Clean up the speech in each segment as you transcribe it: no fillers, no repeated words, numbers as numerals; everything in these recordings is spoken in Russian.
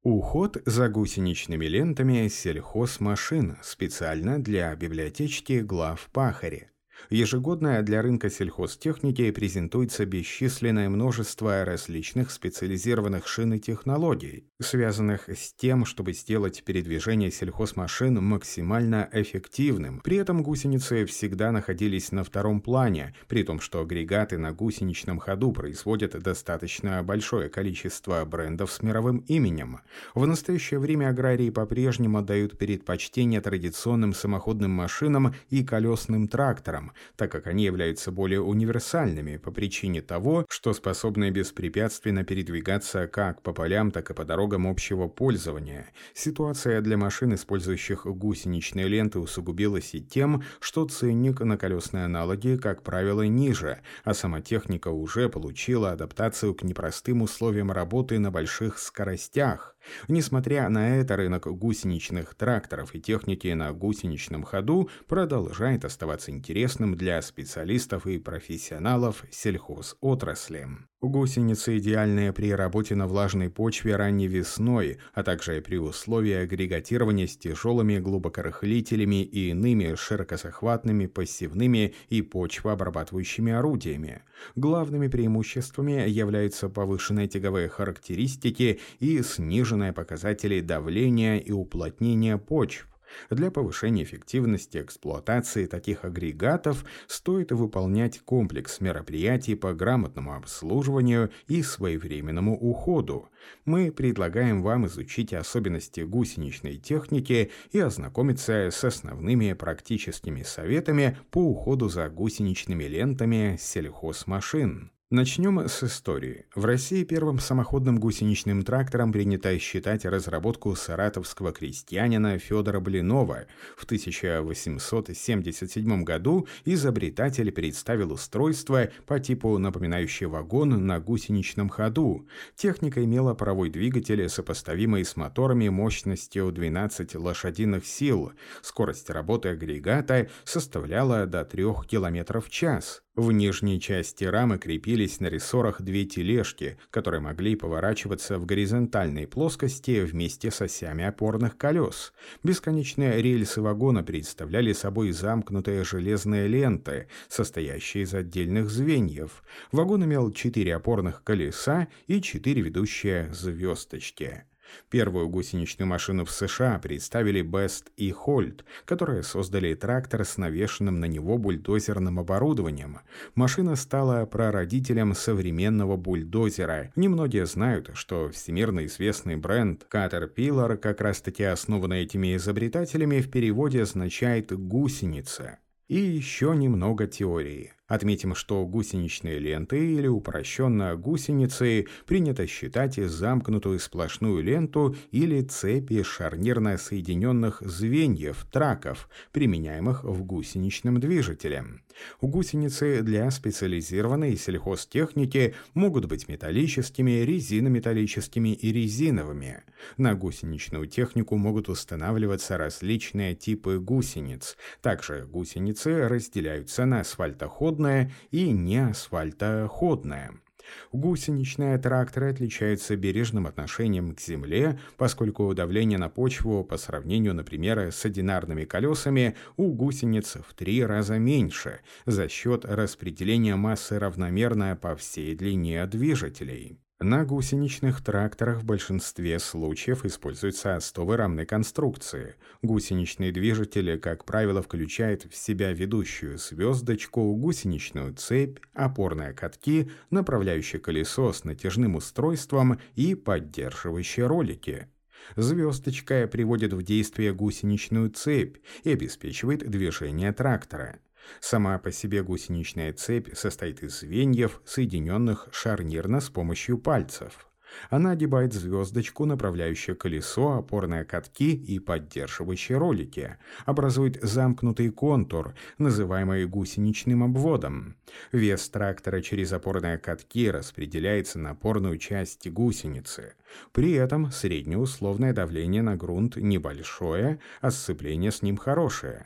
Уход за гусеничными лентами сельхозмашин специально для библиотечки главпахаря. Ежегодно для рынка сельхозтехники презентуется бесчисленное множество различных специализированных шин и технологий, связанных с тем, чтобы сделать передвижение сельхозмашин максимально эффективным. При этом гусеницы всегда находились на втором плане, при том, что агрегаты на гусеничном ходу производят достаточно большое количество брендов с мировым именем. В настоящее время аграрии по-прежнему отдают предпочтение традиционным самоходным машинам и колесным тракторам, так как они являются более универсальными по причине того, что способны беспрепятственно передвигаться как по полям, так и по дорогам общего пользования. Ситуация для машин, использующих гусеничные ленты, усугубилась и тем, что ценник на колесные аналоги, как правило, ниже, а сама техника уже получила адаптацию к непростым условиям работы на больших скоростях. Несмотря на это, рынок гусеничных тракторов и техники на гусеничном ходу продолжает оставаться интересным для специалистов и профессионалов сельхозотрасли. Гусеницы идеальны при работе на влажной почве ранней весной, а также при условии агрегатирования с тяжелыми глубокорыхлителями и иными широкозахватными пассивными и почвообрабатывающими орудиями. Главными преимуществами являются повышенные тяговые характеристики и сниженные показатели давления и уплотнения почв. Для повышения эффективности эксплуатации таких агрегатов стоит выполнять комплекс мероприятий по грамотному обслуживанию и своевременному уходу. Мы предлагаем вам изучить особенности гусеничной техники и ознакомиться с основными практическими советами по уходу за гусеничными лентами сельхозмашин. Начнем с истории. В России первым самоходным гусеничным трактором принято считать разработку саратовского крестьянина Федора Блинова. В 1877 году изобретатель представил устройство по типу напоминающее вагон на гусеничном ходу. Техника имела паровой двигатель, сопоставимый с моторами мощностью 12 лошадиных сил. Скорость работы агрегата составляла до 3 км в час. В нижней части рамы крепились на рессорах две тележки, которые могли поворачиваться в горизонтальной плоскости вместе с осями опорных колес. Бесконечные рельсы вагона представляли собой замкнутые железные ленты, состоящие из отдельных звеньев. Вагон имел 4 опорных колеса и 4 ведущие звездочки. Первую гусеничную машину в США представили Бест и Хольт, которые создали трактор с навешенным на него бульдозерным оборудованием. Машина стала прародителем современного бульдозера. Немногие знают, что всемирно известный бренд Caterpillar, как раз-таки основанный этими изобретателями, в переводе означает «гусеница». И еще немного теории. Отметим, что гусеничные ленты, или упрощенно гусеницы, принято считать замкнутую сплошную ленту или цепи шарнирно соединенных звеньев, траков, применяемых в гусеничном движителе. Гусеницы для специализированной сельхозтехники могут быть металлическими, резинометаллическими и резиновыми. На гусеничную технику могут устанавливаться различные типы гусениц. Также гусеницы разделяются на асфальтоходные и неасфальтоходные. Гусеничные тракторы отличаются бережным отношением к земле, поскольку давление на почву по сравнению, например, с одинарными колесами у гусениц в 3 раза меньше за счет распределения массы равномерно по всей длине движителей. На гусеничных тракторах в большинстве случаев используются остовы рамной конструкции. Гусеничные движители, как правило, включают в себя ведущую звездочку, гусеничную цепь, опорные катки, направляющее колесо с натяжным устройством и поддерживающие ролики. Звездочка приводит в действие гусеничную цепь и обеспечивает движение трактора. Сама по себе гусеничная цепь состоит из звеньев, соединенных шарнирно с помощью пальцев. Она огибает звездочку, направляющее колесо, опорные катки и поддерживающие ролики, образует замкнутый контур, называемый гусеничным обводом. Вес трактора через опорные катки распределяется на опорную часть гусеницы. При этом среднее условное давление на грунт небольшое, а сцепление с ним хорошее.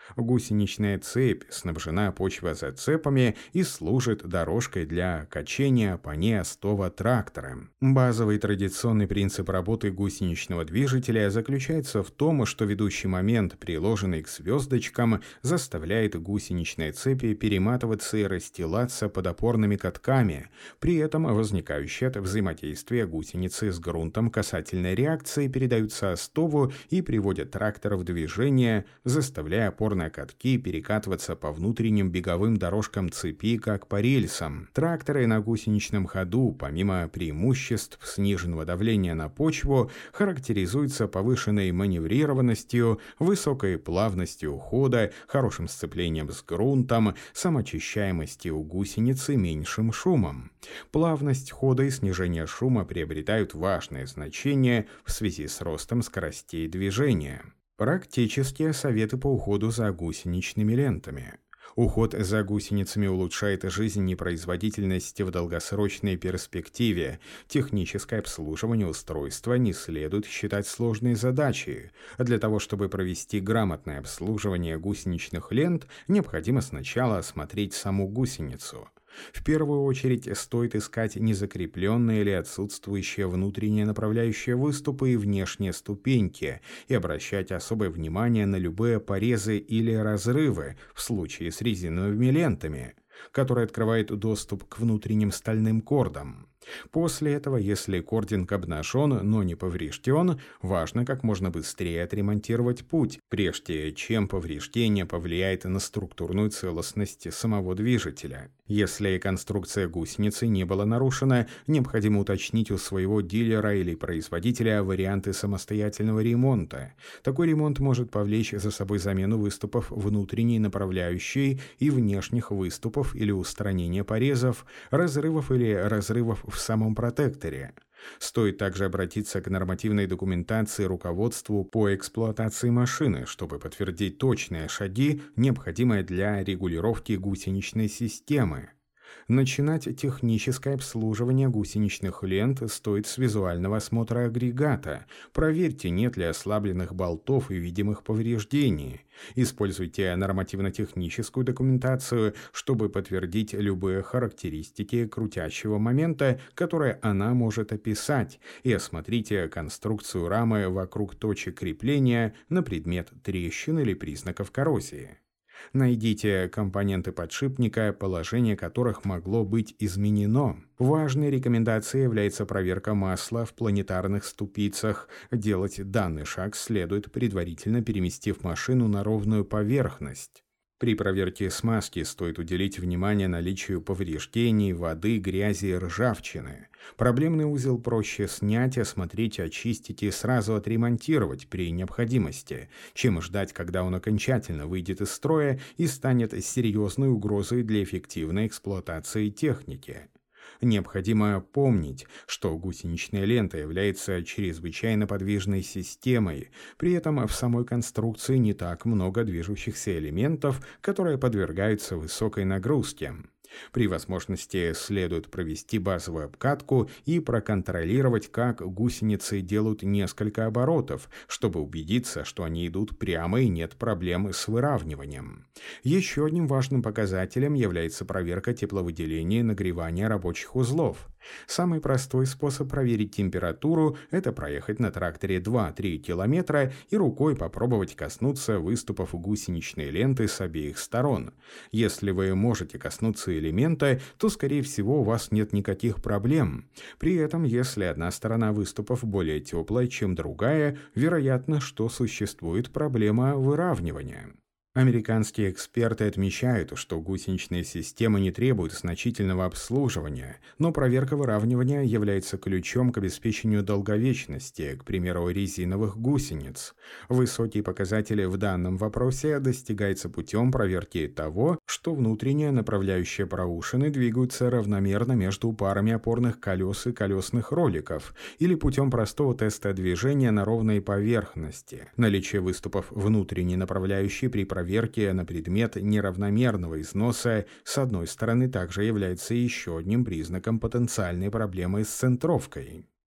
Гусеничная цепь снабжена почвозацепами и служит дорожкой для качения по ней остова трактора. Базовый традиционный принцип работы гусеничного движителя заключается в том, что ведущий момент, приложенный к звездочкам, заставляет гусеничные цепи перематываться и расстилаться под опорными катками. При этом возникающие от взаимодействия гусеницы с грунтом касательной реакции передаются остову и приводят трактор в движение, заставляя опорные катки перекатываться по внутренним беговым дорожкам цепи, как по рельсам. Тракторы на гусеничном ходу, помимо преимуществ сниженного давления на почву, характеризуются повышенной маневрированностью, высокой плавностью хода, хорошим сцеплением с грунтом, самоочищаемостью гусеницы, меньшим шумом. Плавность хода и снижение шума приобретают важное значение в связи с ростом скоростей движения. Практические советы по уходу за гусеничными лентами. Уход за гусеницами улучшает жизнь и производительность в долгосрочной перспективе. Техническое обслуживание устройства не следует считать сложной задачей. Для того, чтобы провести грамотное обслуживание гусеничных лент, необходимо сначала осмотреть саму гусеницу. В первую очередь стоит искать незакрепленные или отсутствующие внутренние направляющие выступы и внешние ступеньки и обращать особое внимание на любые порезы или разрывы в случае с резиновыми лентами, которые открывают доступ к внутренним стальным кордам. После этого, если кординг обнажен, но не поврежден, важно как можно быстрее отремонтировать путь, прежде чем повреждение повлияет на структурную целостность самого движителя. Если конструкция гусеницы не была нарушена, необходимо уточнить у своего дилера или производителя варианты самостоятельного ремонта. Такой ремонт может повлечь за собой замену выступов внутренней направляющей и внешних выступов или устранение порезов, разрывов или разрывов в самом протекторе. Стоит также обратиться к нормативной документации руководству по эксплуатации машины, чтобы подтвердить точные шаги, необходимые для регулировки гусеничной системы. Начинать техническое обслуживание гусеничных лент стоит с визуального осмотра агрегата. Проверьте, нет ли ослабленных болтов и видимых повреждений. Используйте нормативно-техническую документацию, чтобы подтвердить любые характеристики крутящего момента, которые она может описать, и осмотрите конструкцию рамы вокруг точек крепления на предмет трещин или признаков коррозии. Найдите компоненты подшипника, положение которых могло быть изменено. Важной рекомендацией является проверка масла в планетарных ступицах. Делать данный шаг следует, предварительно переместив машину на ровную поверхность. При проверке смазки стоит уделить внимание наличию повреждений, воды, грязи и ржавчины. Проблемный узел проще снять, осмотреть, очистить и сразу отремонтировать при необходимости, чем ждать, когда он окончательно выйдет из строя и станет серьезной угрозой для эффективной эксплуатации техники. Необходимо помнить, что гусеничная лента является чрезвычайно подвижной системой, при этом в самой конструкции не так много движущихся элементов, которые подвергаются высокой нагрузке. При возможности следует провести базовую обкатку и проконтролировать, как гусеницы делают несколько оборотов, чтобы убедиться, что они идут прямо и нет проблем с выравниванием. Еще одним важным показателем является проверка тепловыделения и нагревания рабочих узлов. Самый простой способ проверить температуру – это проехать на тракторе 2-3 километра и рукой попробовать коснуться выступов гусеничной ленты с обеих сторон. Если вы можете коснуться элемента, то, скорее всего, у вас нет никаких проблем. При этом, если одна сторона выступов более теплая, чем другая, вероятно, что существует проблема выравнивания. Американские эксперты отмечают, что гусеничные системы не требуют значительного обслуживания, но проверка выравнивания является ключом к обеспечению долговечности, к примеру, резиновых гусениц. Высокие показатели в данном вопросе достигаются путем проверки того, что внутренние направляющие проушины двигаются равномерно между парами опорных колес и колесных роликов, или путем простого теста движения на ровной поверхности. Наличие выступов внутренней направляющей при проверке на предмет неравномерного износа с одной стороны также является еще одним признаком потенциальной проблемы с центровкой.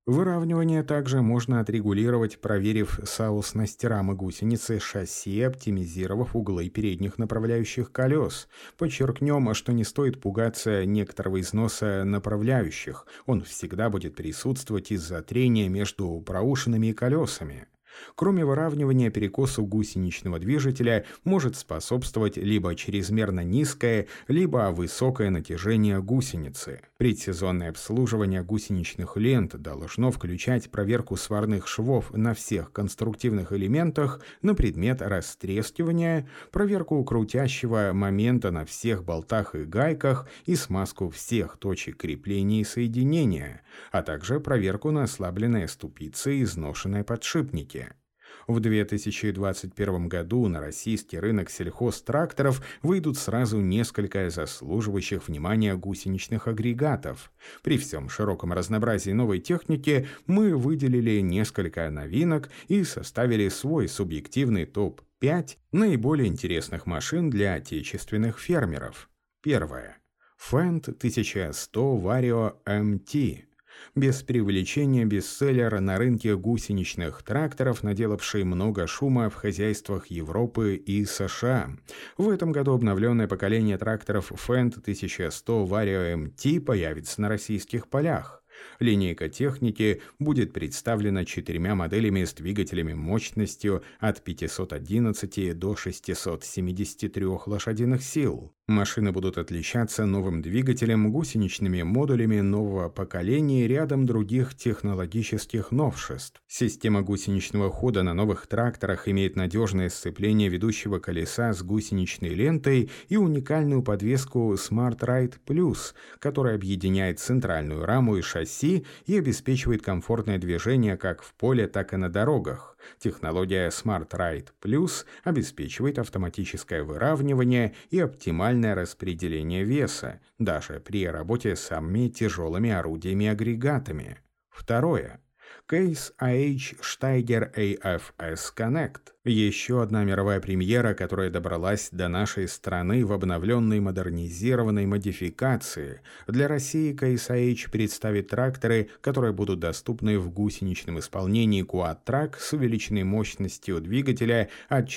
Выравнивание также можно отрегулировать, проверив соосность рамы гусеницы шасси, оптимизировав углы передних направляющих колес. Подчеркнем, что не стоит пугаться некоторого износа направляющих. Он всегда будет присутствовать из-за трения между проушинами и колесами. Кроме выравнивания, перекосу гусеничного движителя может способствовать либо чрезмерно низкое, либо высокое натяжение гусеницы. Предсезонное обслуживание гусеничных лент должно включать проверку сварных швов на всех конструктивных элементах на предмет растрескивания, проверку крутящего момента на всех болтах и гайках и смазку всех точек крепления и соединения, а также проверку на ослабленные ступицы и изношенные подшипники. В 2021 году на российский рынок сельхозтракторов выйдут сразу несколько заслуживающих внимания гусеничных агрегатов. При всем широком разнообразии новой техники мы выделили несколько новинок и составили свой субъективный топ-5 наиболее интересных машин для отечественных фермеров. Первое. Fendt 1100 Vario MT. Без преувеличения бестселлер на рынке гусеничных тракторов, наделавший много шума в хозяйствах Европы и США. В этом году обновленное поколение тракторов Fendt 1100 Vario MT появится на российских полях. Линейка техники будет представлена 4 моделями с двигателями мощностью от 511 до 673 лошадиных сил. Машины будут отличаться новым двигателем, гусеничными модулями нового поколения и рядом других технологических новшеств. Система гусеничного хода на новых тракторах имеет надежное сцепление ведущего колеса с гусеничной лентой и уникальную подвеску Smart Ride Plus, которая объединяет центральную раму и шасси и обеспечивает комфортное движение как в поле, так и на дорогах. Технология Smart Ride Plus обеспечивает автоматическое выравнивание и оптимальное распределение веса, даже при работе с самыми тяжелыми орудиями и агрегатами. Второе. Case IH Steiger AFS Connect. Еще одна мировая премьера, которая добралась до нашей страны в обновленной модернизированной модификации. Для России Case IH представит тракторы, которые будут доступны в гусеничном исполнении Quad-Track с увеличенной мощностью двигателя от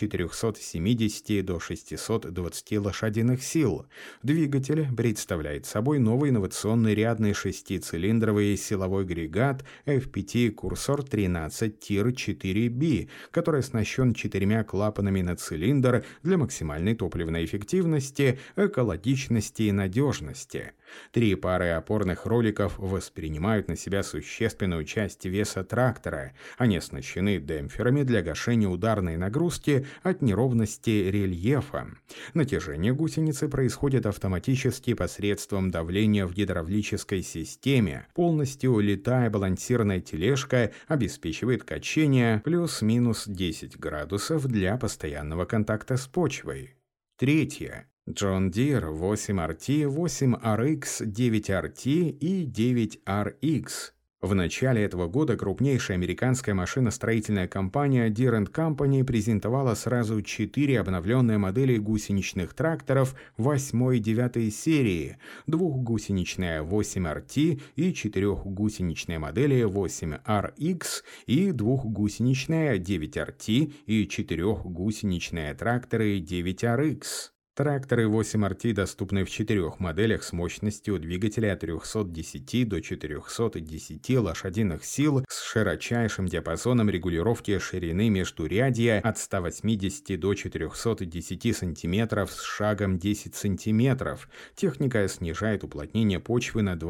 470 до 620 лошадиных сил. Двигатель представляет собой новый инновационный рядный шестицилиндровый силовой агрегат FPT Cursor 13 Tier 4B, который оснащен 4 клапанами на цилиндр для максимальной топливной эффективности, экологичности и надежности. 3 пары опорных роликов воспринимают на себя существенную часть веса трактора. Они оснащены демпферами для гашения ударной нагрузки от неровности рельефа. Натяжение гусеницы происходит автоматически посредством давления в гидравлической системе. Полностью литая балансирная тележка обеспечивает качение плюс-минус 10 градусов для постоянного контакта с почвой. Третье. John Deere 8RT, 8RX, 9RT и 9RX. В начале этого года крупнейшая американская машиностроительная компания Deere & Company презентовала сразу 4 обновленные модели гусеничных тракторов 8 и 9 серии, 2-гусеничная 8RT и 4-гусеничные модели 8RX и 2-гусеничная 9RT и 4-гусеничные тракторы 9RX. Тракторы 8RT доступны в 4 моделях с мощностью двигателя от 310 до 410 лошадиных сил с широчайшим диапазоном регулировки ширины междурядья от 180 до 410 см с шагом 10 см. Техника снижает уплотнение почвы на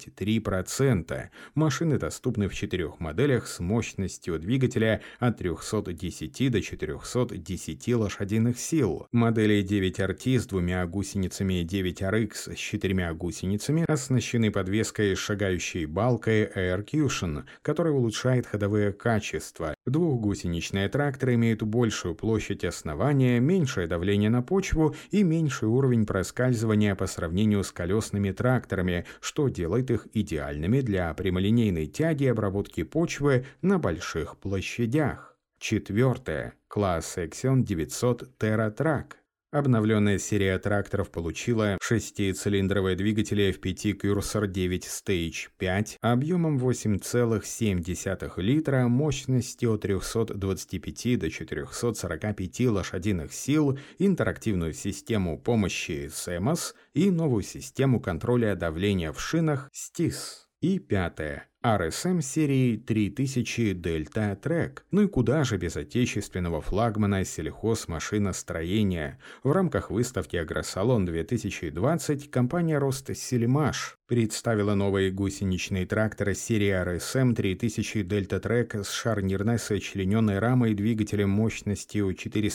23%. Машины доступны в 4 моделях с мощностью двигателя от 310 до 410 лошадиных сил. Модели 9RT с 2 гусеницами и 9RX с 4 гусеницами оснащены подвеской с шагающей балкой Air Cushion, которая улучшает ходовые качества. 2-гусеничные тракторы имеют большую площадь основания, меньшее давление на почву и меньший уровень проскальзывания по сравнению с колесными тракторами, что делает их идеальными для прямолинейной тяги и обработки почвы на больших площадях. Четвертое. Класс Axion 900 TerraTrack. Обновленная серия тракторов получила шестицилиндровые двигатели FPT Cursor 9 Stage 5 объемом 8,7 литра, мощностью от 325 до 445 лошадиных сил, интерактивную систему помощи CMOS и новую систему контроля давления в шинах STIS. И пятое. RSM серии 3000 Delta Track. Ну и куда же без отечественного флагмана сельхозмашиностроения. В рамках выставки «Агросалон 2020» компания «Ростсельмаш» представила новые гусеничные тракторы серии RSM 3000 Delta Track с шарнирной сочлененной рамой и двигателем мощностью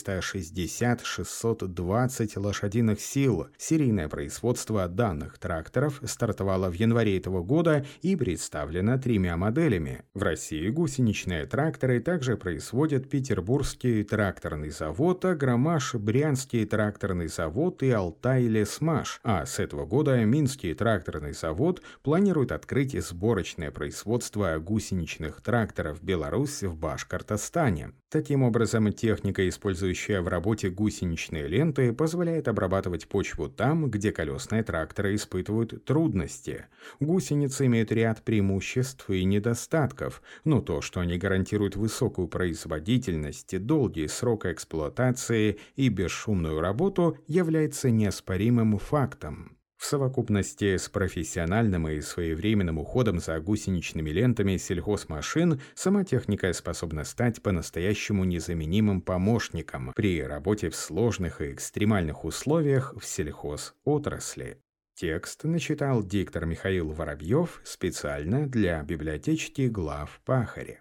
460-620 лошадиных сил. Серийное производство данных тракторов стартовало в январе этого года и представлено 3 моделями. В России гусеничные тракторы также производят Петербургский тракторный завод, Агромаш, Брянский тракторный завод и Алтай-Лесмаш, а с этого года Минский тракторный завод планирует открыть сборочное производство гусеничных тракторов Беларусь в Башкортостане. Таким образом, техника, использующая в работе гусеничные ленты, позволяет обрабатывать почву там, где колесные тракторы испытывают трудности. Гусеницы имеют ряд преимуществ и недостатков, но то, что они гарантируют высокую производительность, долгий срок эксплуатации и бесшумную работу, является неоспоримым фактом. В совокупности с профессиональным и своевременным уходом за гусеничными лентами сельхозмашин, сама техника способна стать по-настоящему незаменимым помощником при работе в сложных и экстремальных условиях в сельхозотрасли. Текст начитал диктор Михаил Воробьев специально для библиотечки Глав Пахаря.